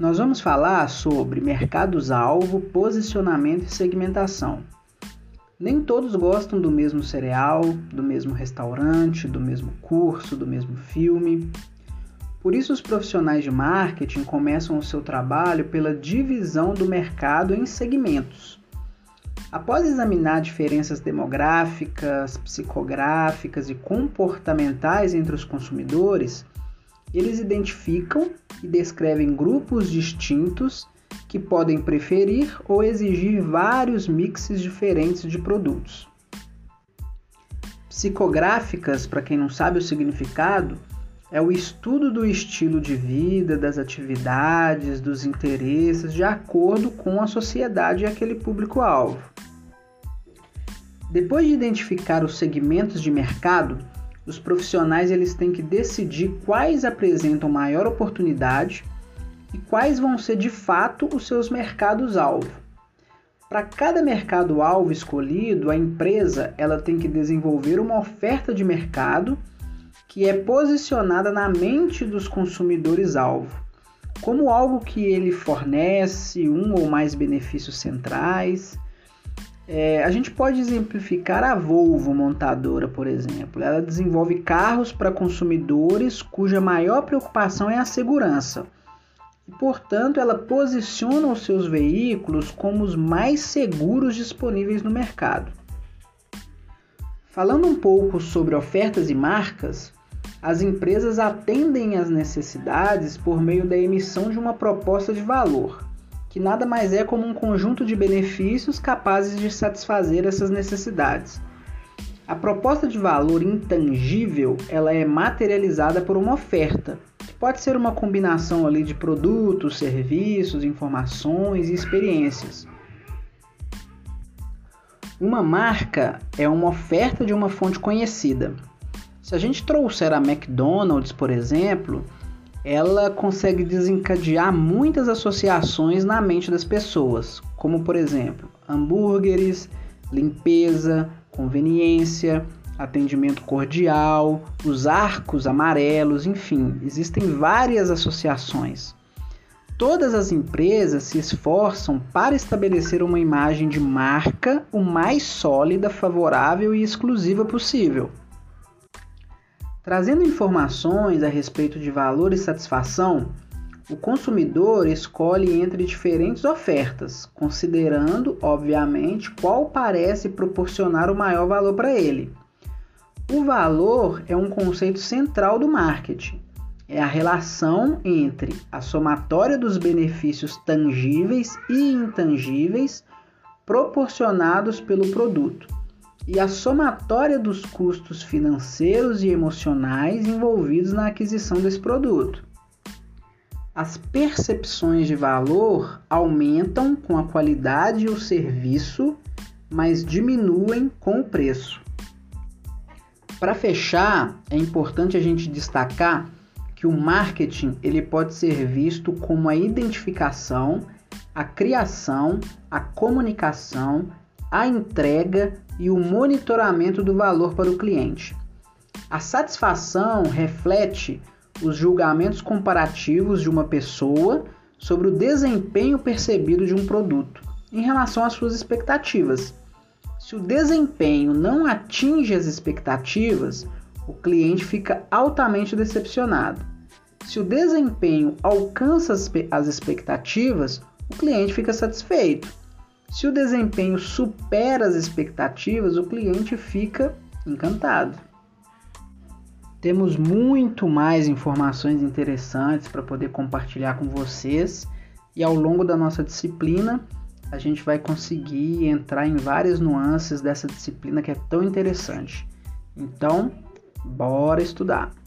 Nós vamos falar sobre mercados-alvo, posicionamento e segmentação. Nem todos gostam do mesmo cereal, do mesmo restaurante, do mesmo curso, do mesmo filme. Por isso, os profissionais de marketing começam o seu trabalho pela divisão do mercado em segmentos. Após examinar diferenças demográficas, psicográficas e comportamentais entre os consumidores, eles identificam e descrevem grupos distintos que podem preferir ou exigir vários mixes diferentes de produtos. Psicográficas, para quem não sabe o significado, é o estudo do estilo de vida, das atividades, dos interesses, de acordo com a sociedade e aquele público-alvo. Depois de identificar os segmentos de mercado, os profissionais eles têm que decidir quais apresentam maior oportunidade e quais vão ser de fato os seus mercados-alvo. Para cada mercado-alvo escolhido, a empresa ela tem que desenvolver uma oferta de mercado que é posicionada na mente dos consumidores-alvo, como algo que ele fornece um ou mais benefícios centrais. A gente pode exemplificar a Volvo montadora, por exemplo. Ela desenvolve carros para consumidores cuja maior preocupação é a segurança. E, portanto, ela posiciona os seus veículos como os mais seguros disponíveis no mercado. Falando um pouco sobre ofertas e marcas, as empresas atendem às necessidades por meio da emissão de uma proposta de valor, que nada mais é como um conjunto de benefícios capazes de satisfazer essas necessidades. A proposta de valor intangível ela é materializada por uma oferta, que pode ser uma combinação ali de produtos, serviços, informações e experiências. Uma marca é uma oferta de uma fonte conhecida. Se a gente trouxer a McDonald's, por exemplo, ela consegue desencadear muitas associações na mente das pessoas, como, por exemplo, hambúrgueres, limpeza, conveniência, atendimento cordial, os arcos amarelos, enfim, existem várias associações. Todas as empresas se esforçam para estabelecer uma imagem de marca o mais sólida, favorável e exclusiva possível. Trazendo informações a respeito de valor e satisfação, o consumidor escolhe entre diferentes ofertas, considerando, obviamente, qual parece proporcionar o maior valor para ele. O valor é um conceito central do marketing. É a relação entre a somatória dos benefícios tangíveis e intangíveis proporcionados pelo produto e a somatória dos custos financeiros e emocionais envolvidos na aquisição desse produto. As percepções de valor aumentam com a qualidade e o serviço, mas diminuem com o preço. Para fechar, é importante a gente destacar que o marketing ele pode ser visto como a identificação, a criação, a comunicação, a entrega e o monitoramento do valor para o cliente. A satisfação reflete os julgamentos comparativos de uma pessoa sobre o desempenho percebido de um produto em relação às suas expectativas. Se o desempenho não atinge as expectativas, o cliente fica altamente decepcionado. Se o desempenho alcança as expectativas, o cliente fica satisfeito. Se o desempenho supera as expectativas, o cliente fica encantado. Temos muito mais informações interessantes para poder compartilhar com vocês e ao longo da nossa disciplina a gente vai conseguir entrar em várias nuances dessa disciplina que é tão interessante. Então, bora estudar!